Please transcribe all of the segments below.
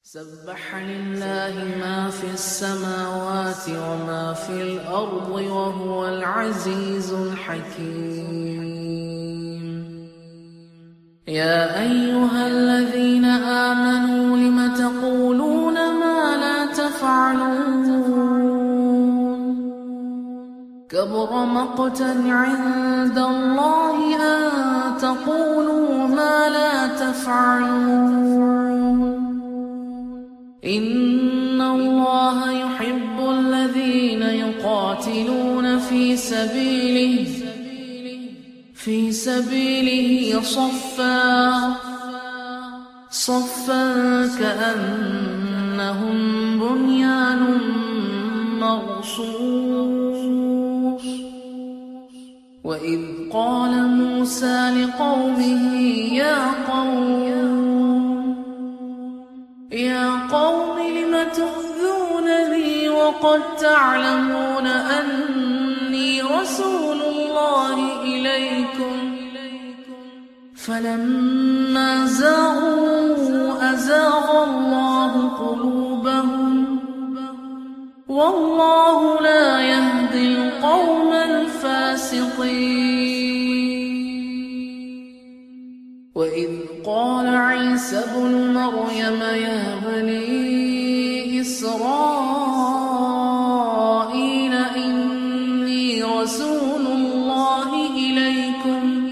سبح لله ما في السماوات وما في الأرض وهو العزيز الحكيم. يا أيها الذين آمنوا لم تقولون ما لا تفعلون كبر مقتا عند الله أن تقولوا ما لا تفعلون إن الله يحب الذين يقاتلون في سبيله صفا كأنهم بنيان مرصوص. وإذ قال موسى لقومه يا قوم لم تؤذونني وقد تعلمون أني رسول الله إليكم فلما زاغوا أزاغ الله قلوبهم والله لا يهدي القوم الفاسقين. وإذ قال عيسى ابن مريم يا بني إسرائيل إني رسول الله إليكم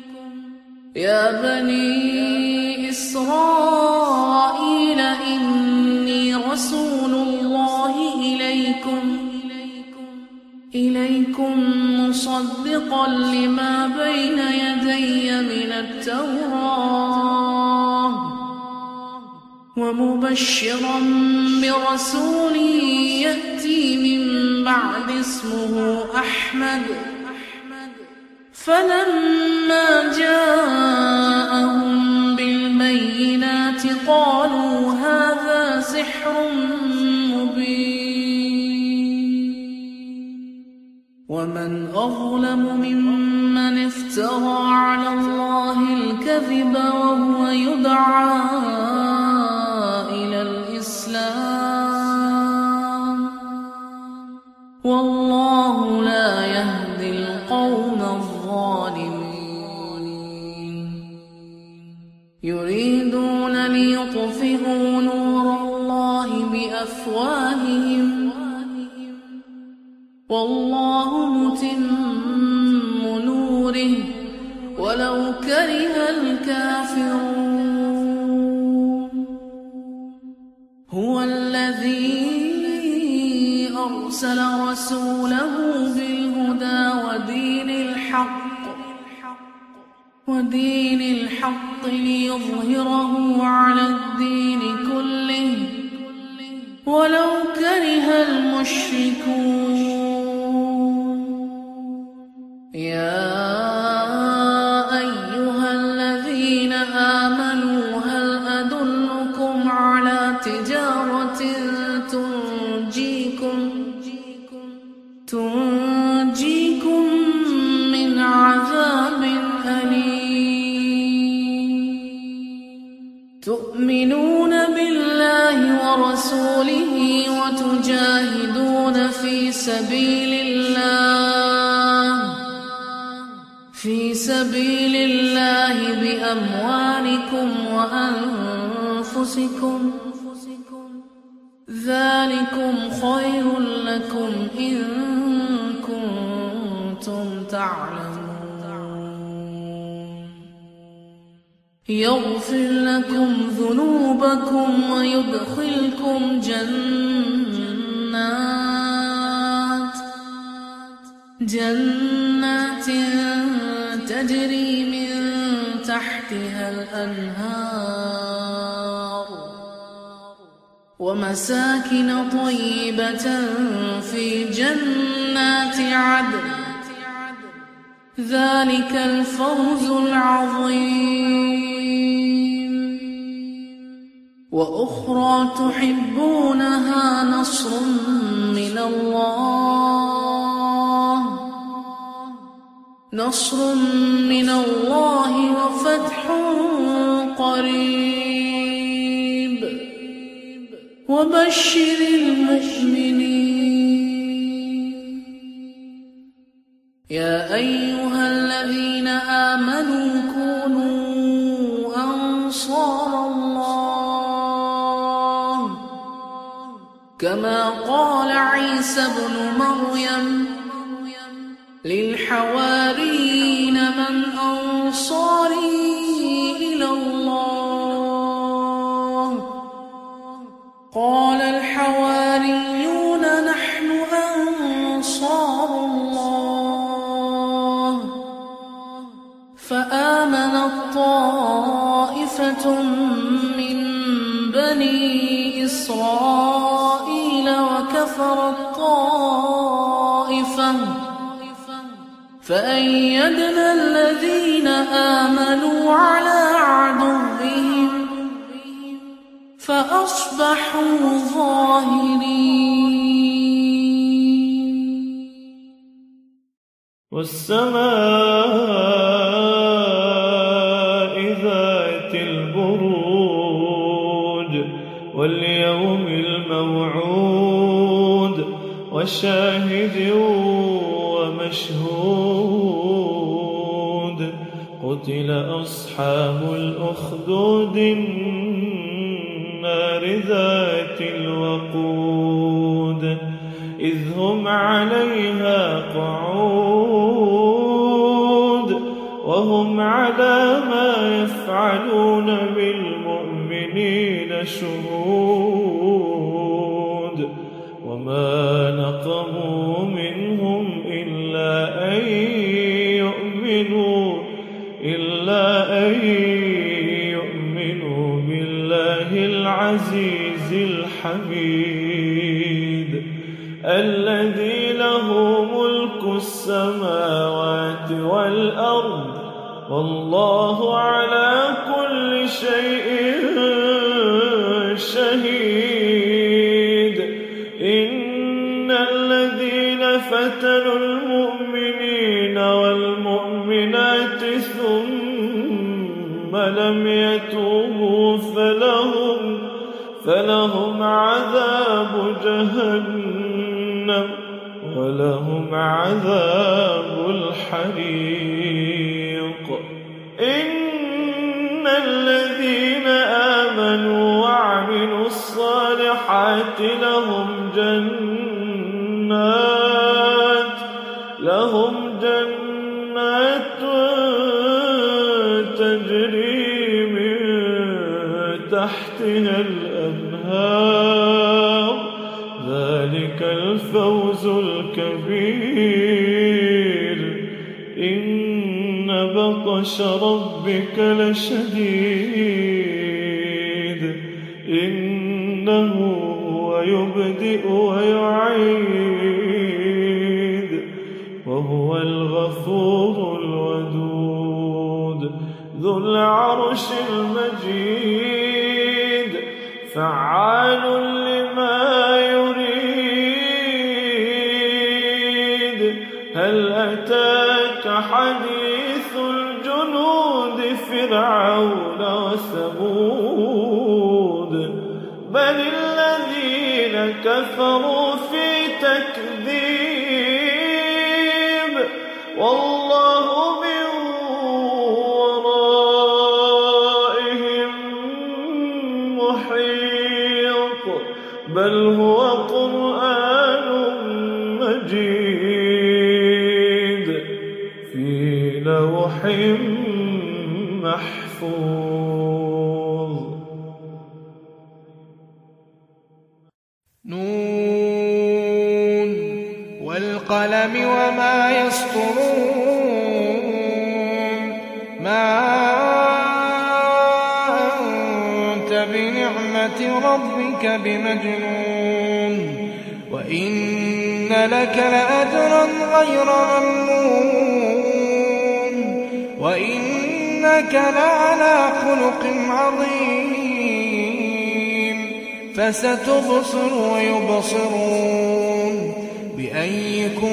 مصدقا لما بين يدي من التوراة ومبشرا برسول يأتي من بعد اسمه أحمد. فلما جاءهم بالبينات قالوا هذا سحر مبين ومن أظلم ممن افترى على الله الكذب وهو يدعى إلى الإسلام والله لا يهدي القوم الظالمين. يريدون ليطفئوا نور الله بأفواههم والله متم نوره ولو كره الكافرون. هو الذي أرسل رسوله بالهدى ودين الحق ليظهره على الدين كله ولو كره المشركون. يا أيها الذين آمنوا هل أدلكم على تجارة تنجيكم من عذاب أليم. تؤمنون بالله ورسوله وتجاهدون في سبيل الله بأموالكم وأنفسكم ذلكم خير لكم إن كنتم تعلمون. يغفر لكم ذنوبكم ويدخلكم جنات تجري من تحتها الأنهار ومساكن طيبة في جنات عدن ذلك الفوز العظيم. وأخرى تحبونها نصر من الله وفتح قريب وبشر المؤمنين. يا أيها الذين آمنوا كونوا أنصار الله كما قال عيسى ابن مريم للحواريين من أنصاري إلى الله قال الحواريون نحن أنصار الله فآمنت طائفة من بني إسرائيل وكفرت طائفة فأيدنا الذين آمنوا على عدوهم فأصبحوا ظاهرين. والسماء ذات البروج واليوم الموعود وشاهد ومشهود قتل أصحاب الأخدود النار ذات الوقود إذ هم عليها قعود وهم على ما يفعلون بالمؤمنين شهود وما نقموا منهم إلا أن يؤمنوا بالله العزيز الحميد الذي له ملك السماوات والأرض والله على كل شيء شهيد. إن الذين فتنوا المؤمنين والمؤمنات ثم لم يتوبوا فلهم عذاب جهنم ولهم عذاب الحريق. إن الذين آمنوا وعملوا الصالحات لهم جنات تجري من تحتها الأنهار ذلك الفوز الكبير. إن بطش ربك لشديد إنه هو يبدئ ويعيد وهو الغفور الودود ذو العرش المجيد فعال لما يريد. هل أتاك حديث الجنود فرعون وثمود بل الذين كفروا في تكذيب والله من ورائهم محيط بل هو قرآن مجيد في لوح محفوظ. نون والقلم وما يسطرون ما أنت بنعمة ربك بمجنون وإن لك لأجرا غير ممنون وإنك لعلى خلق عظيم. فستبصر ويبصرون بأيكم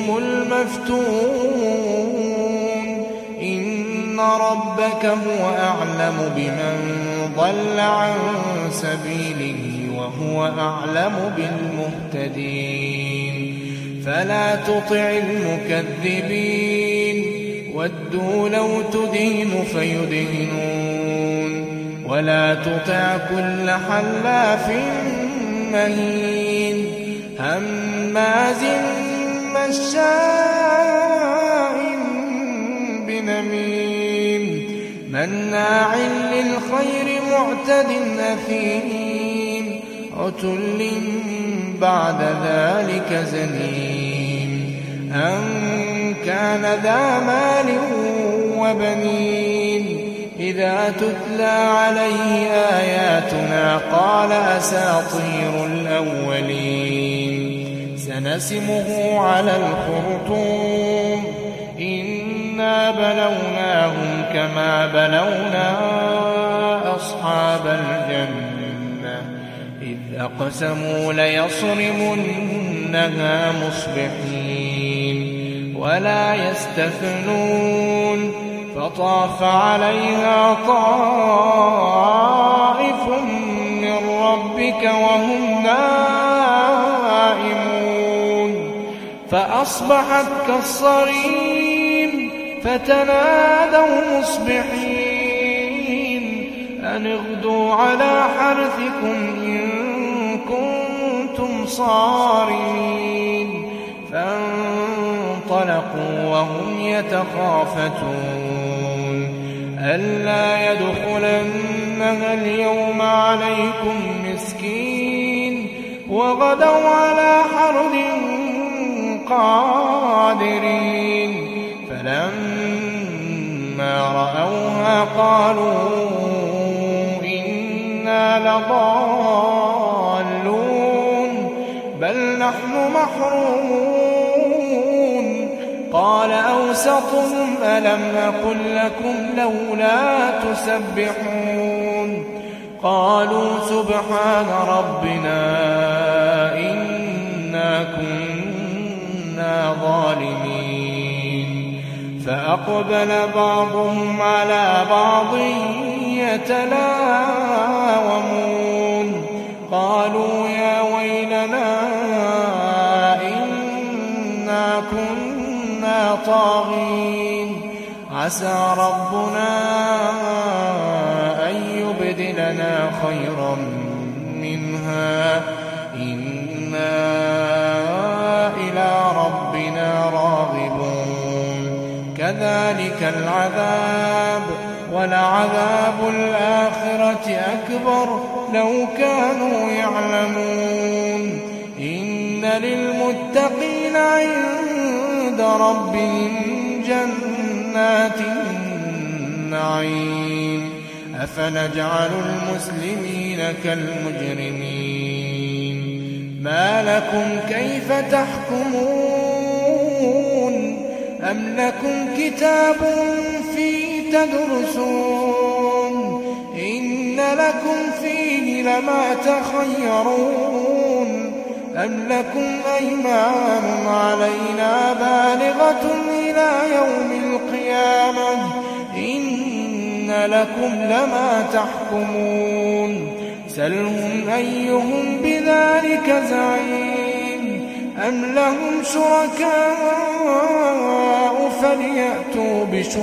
المفتون إن ربك هو أعلم بمن ضل عن سبيله وهو أعلم بالمهتدين فلا تطع المكذبين ودوا لو تدين فيدهنون ولا تطع كل حلاف مهين هماز مشاء بنميم مناع للخير معتد أثيم عتل بعد ذلك زنيم أن كان ذا مال وبنين إذا تتلى عليه آياتنا قال أساطير الأولين سنسمه على الخرطوم إنا بلوناهم كما بلونا أصحاب الجنة إذ أقسموا ليصرمنها مصبحين ولا يستثنون فطاف عليها طائف من ربك وهم نائمون فأصبحت كالصريم فتنادوا مصبحين أن اغدوا على حرثكم إن كنتم صارمين فانطلقوا وهم يتخافتون ألا يدخلنها اليوم عليكم مسكين وغدوا على حرد قادرين فلما رأوها قالوا إنا لضالون بل نحن محرومون قال أوسطهم ألم أقل لكم لولا تسبحون قالوا سبحان ربنا إنا كنا ظالمين فأقبل بعضهم على بعض يتلاومون قالوا يا ويلنا إنا كنا طاغين عسى ربنا أن يبدلنا خيرا منها إنا إلى ربنا راغبون كذلك العذاب ولعذاب الآخرة أكبر لو كانوا يعلمون إن للمتقين عند ربهم جنات النعيم أفنجعل المسلمين كالمجرمين ما لكم كيف تحكمون أم لكم كتاب فيه تدرسون إن لكم فيه لما تخيرون أم لكم أيمان علينا بالغة إلى يوم القيامة إن لكم لما تحكمون سلهم أيهم بذلك زعيم أم لهم شركاء فليأتوا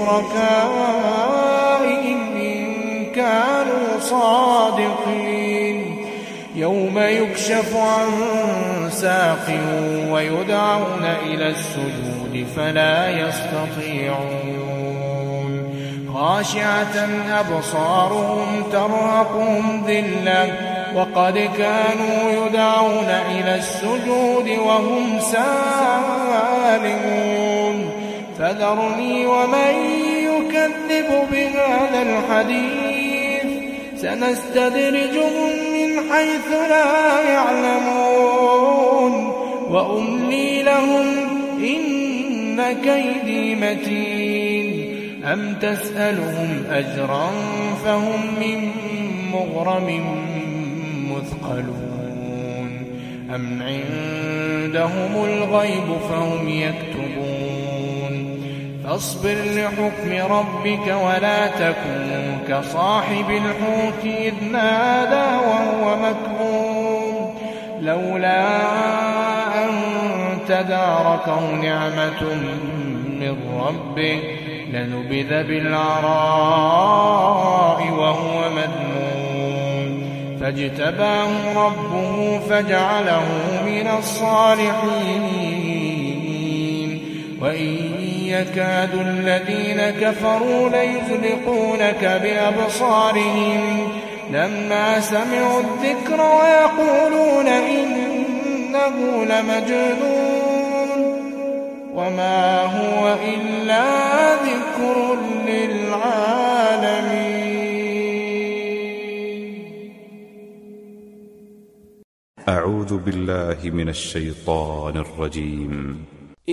بشركائهم إن كانوا صادقين يوم يكشف عن ساق ويدعون إلى السجود فلا يستطيعون خاشعة أبصارهم ترهقهم ذلة وقد كانوا يدعون إلى السجود وهم سالمون فذرني ومن يكذب بهذا الحديث سنستدرجهم من حيث لا يعلمون وأملي لهم إن كيدي متين أم تسألهم أجرا فهم من مغرم مثقلون أم عندهم الغيب فهم يكتبون فاصبر لحكم ربك ولا تكن كصاحب الحوت إذ نادى وهو مكظوم لولا أن تداركه نعمة من ربه لنبذ بالعراء وهو مذموم فاجتباه ربه فجعله من الصالحين وإن يكاد الذين كفروا ليزلقونك بأبصارهم لما سمعوا الذكر ويقولون إنه لمجنون وما هو إلا ذكر للعالمين. أعوذ بالله من الشيطان الرجيم.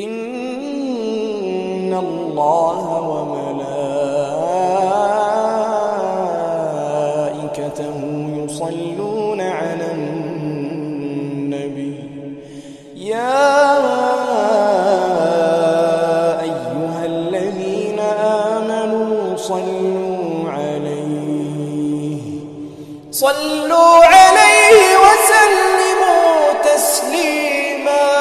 إن الله وملائكته يصلون على النبي يا أيها الذين آمنوا صلوا عليه وسلموا تسليما.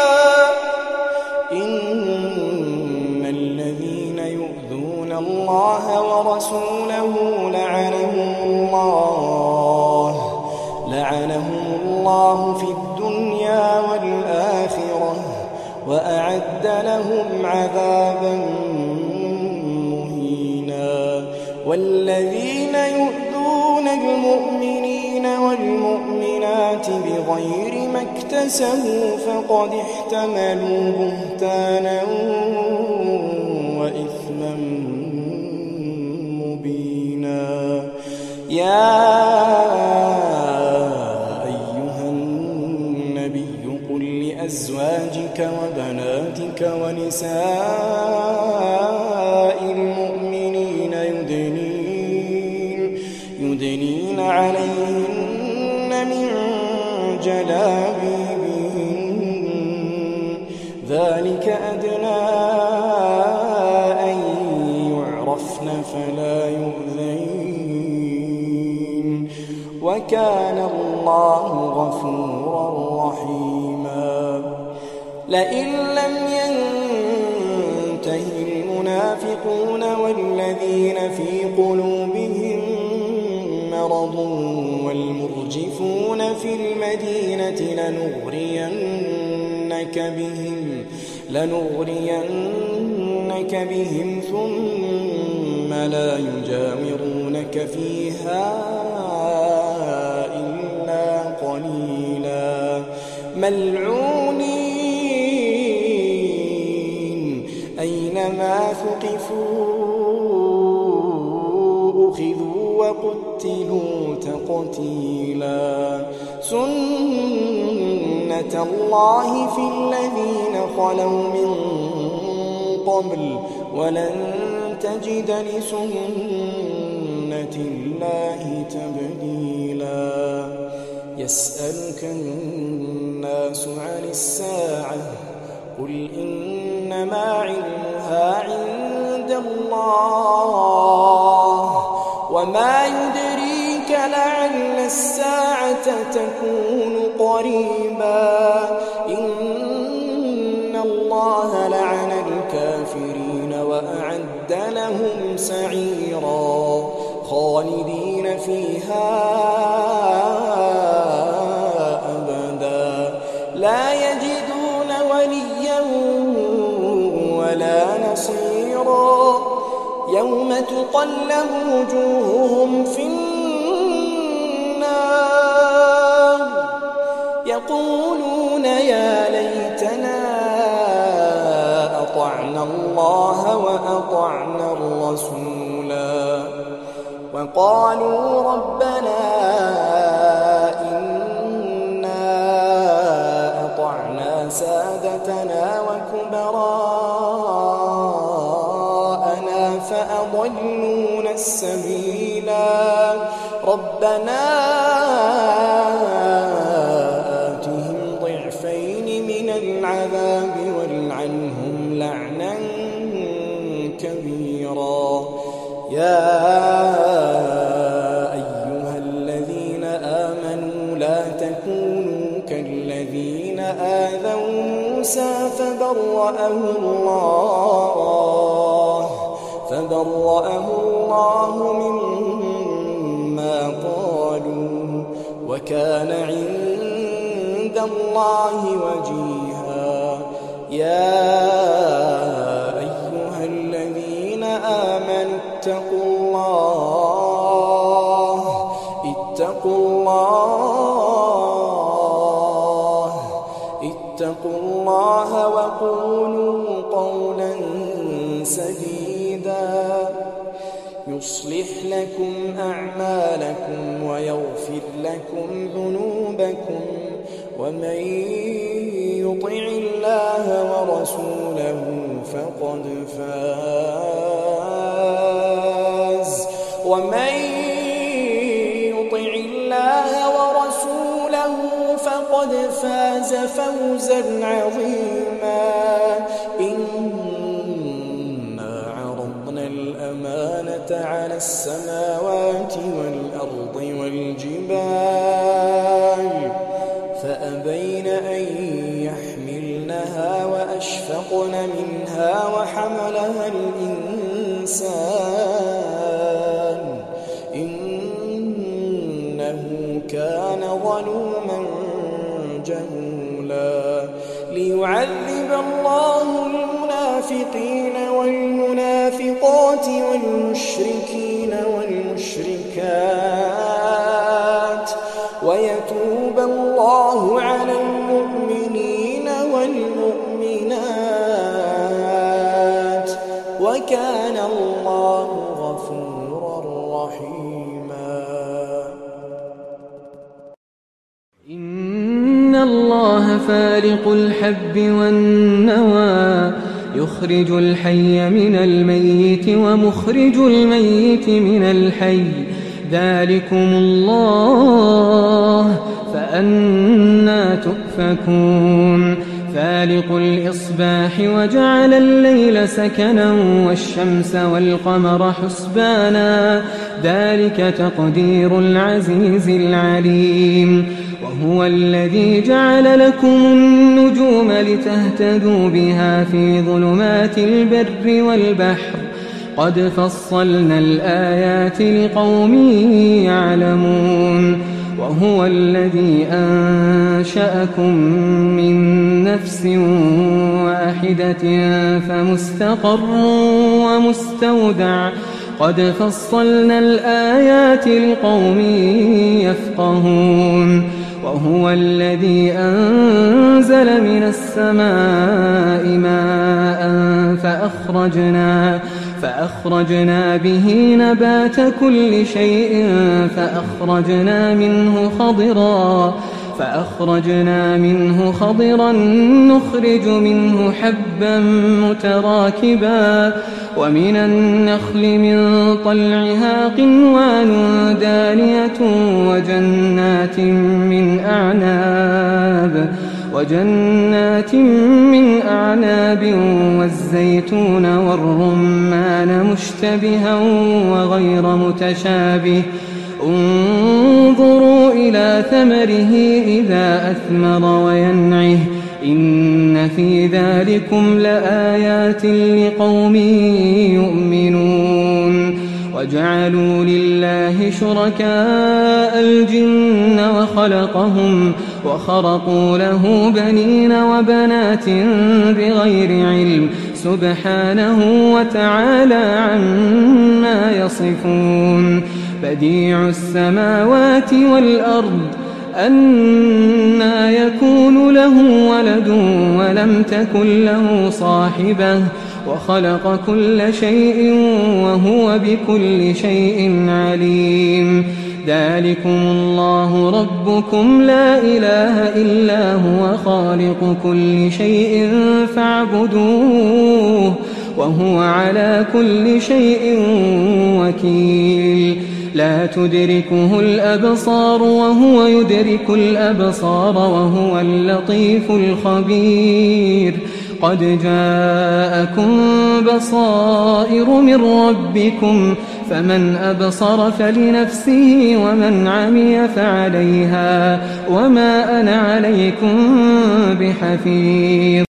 إن الذين يؤذون الله ورسوله لعنهم الله في الدنيا والآخرة وأعد لهم عذابا مهينا. والذين يؤذون المؤمنين والمؤمنات بغير ما اكتسبوا فقد احتملوا بهتانا وإثما مبينا. يا أيها النبي قل لأزواجك وبناتك ونساء المؤمنين يدنين عليهن من جلابيبهن ذلك أدنى أن يعرفن فلا يؤذين وكان الله غفورا رحيما. لئن لم ينته المنافقون والذين في قلوبهم مرض والمرجفون في المدينة لنغرينك بهم ثم لا يجاورونك فيها إلا قليلا ملعونين أينما ثقفوا أخذوا وقتلوا تقتيلا. سنة الله في الذين خلوا من قبل ولن تجد لسنة الله تبديلا. يسألك الناس عن الساعة قل إنما علمها عند الله وما يدريك لعل الساعة تكون قريبا. إن الله لعن الكافرين وأعد لهم سعيرا خالدين فيها أبدا لا يجدون وليا ولا نصيرا. يوم تقلب وجوههم في النار يقولون يا ليتنا أطعنا الله وأطعنا الرسولا وقالوا ربنا إنا أطعنا سادتنا وكبراءنا فأضلونا السبيلا. ربنا آتهم ضعفين من العذاب والعنهم لعنا كبيرا. يا أيها الذين آمنوا لا تكونوا الذين آذوا موسى فبرأه الله مما قالوا وكان عند الله وجيها. يا أيها الذين آمنوا اتقوا الله وقولوا قولا سديدا يصلح لكم أعمالكم ويغفر لكم ذنوبكم ومن يطع الله ورسوله فقد فاز فوزا عظيما. إنا عرضنا الأمانة على السماوات والأرض والجبال فأبين أن يحملنها وأشفقن منها وحملها الإنسان إنه كان ظلوما جهولا. ليعذب الله المنافقين والمنافقات والمشركين والمشركات ويتوب الله على المؤمنين والمؤمنات وكان الله غفورا رحيما. إن الله فالق الحب والنوى يخرج الحي من الميت ومخرج الميت من الحي ذلكم الله فأنى تؤفكون. فالق الإصباح وجعل الليل سكنا والشمس والقمر حسبانا ذلك تقدير العزيز العليم. وهو الذي جعل لكم النجوم لتهتدوا بها في ظلمات البر والبحر قد فصلنا الآيات لقوم يعلمون. وهو الذي أنشأكم من نفس واحدة فمستقر ومستودع قد فصلنا الآيات لقوم يفقهون. وهو الذي أنزل من السماء ماء فأخرجنا به نبات كل شيء فأخرجنا منه خضرا نخرج منه حبا متراكبا ومن النخل من طلعها قنوان دانية وجنات من أعناب والزيتون والرمان مشتبها وغير متشابه انظروا إلى ثمره إذا أثمر وينعه إن في ذلكم لآيات لقوم يؤمنون. وجعلوا لله شركاء الجن وخرقوا له بنين وبنات بغير علم سبحانه وتعالى عما يصفون. بديع السماوات والأرض أنى يكون له ولد ولم تكن له صاحبة وخلق كل شيء وهو بكل شيء عليم. ذلكم الله ربكم لا إله إلا هو خالق كل شيء فاعبدوه وهو على كل شيء وكيل. لا تدركه الأبصار وهو يدرك الأبصار وهو اللطيف الخبير. قد جاءكم بصائر من ربكم فمن أبصر فلنفسه ومن عمي فعليها وما أنا عليكم بحفيظ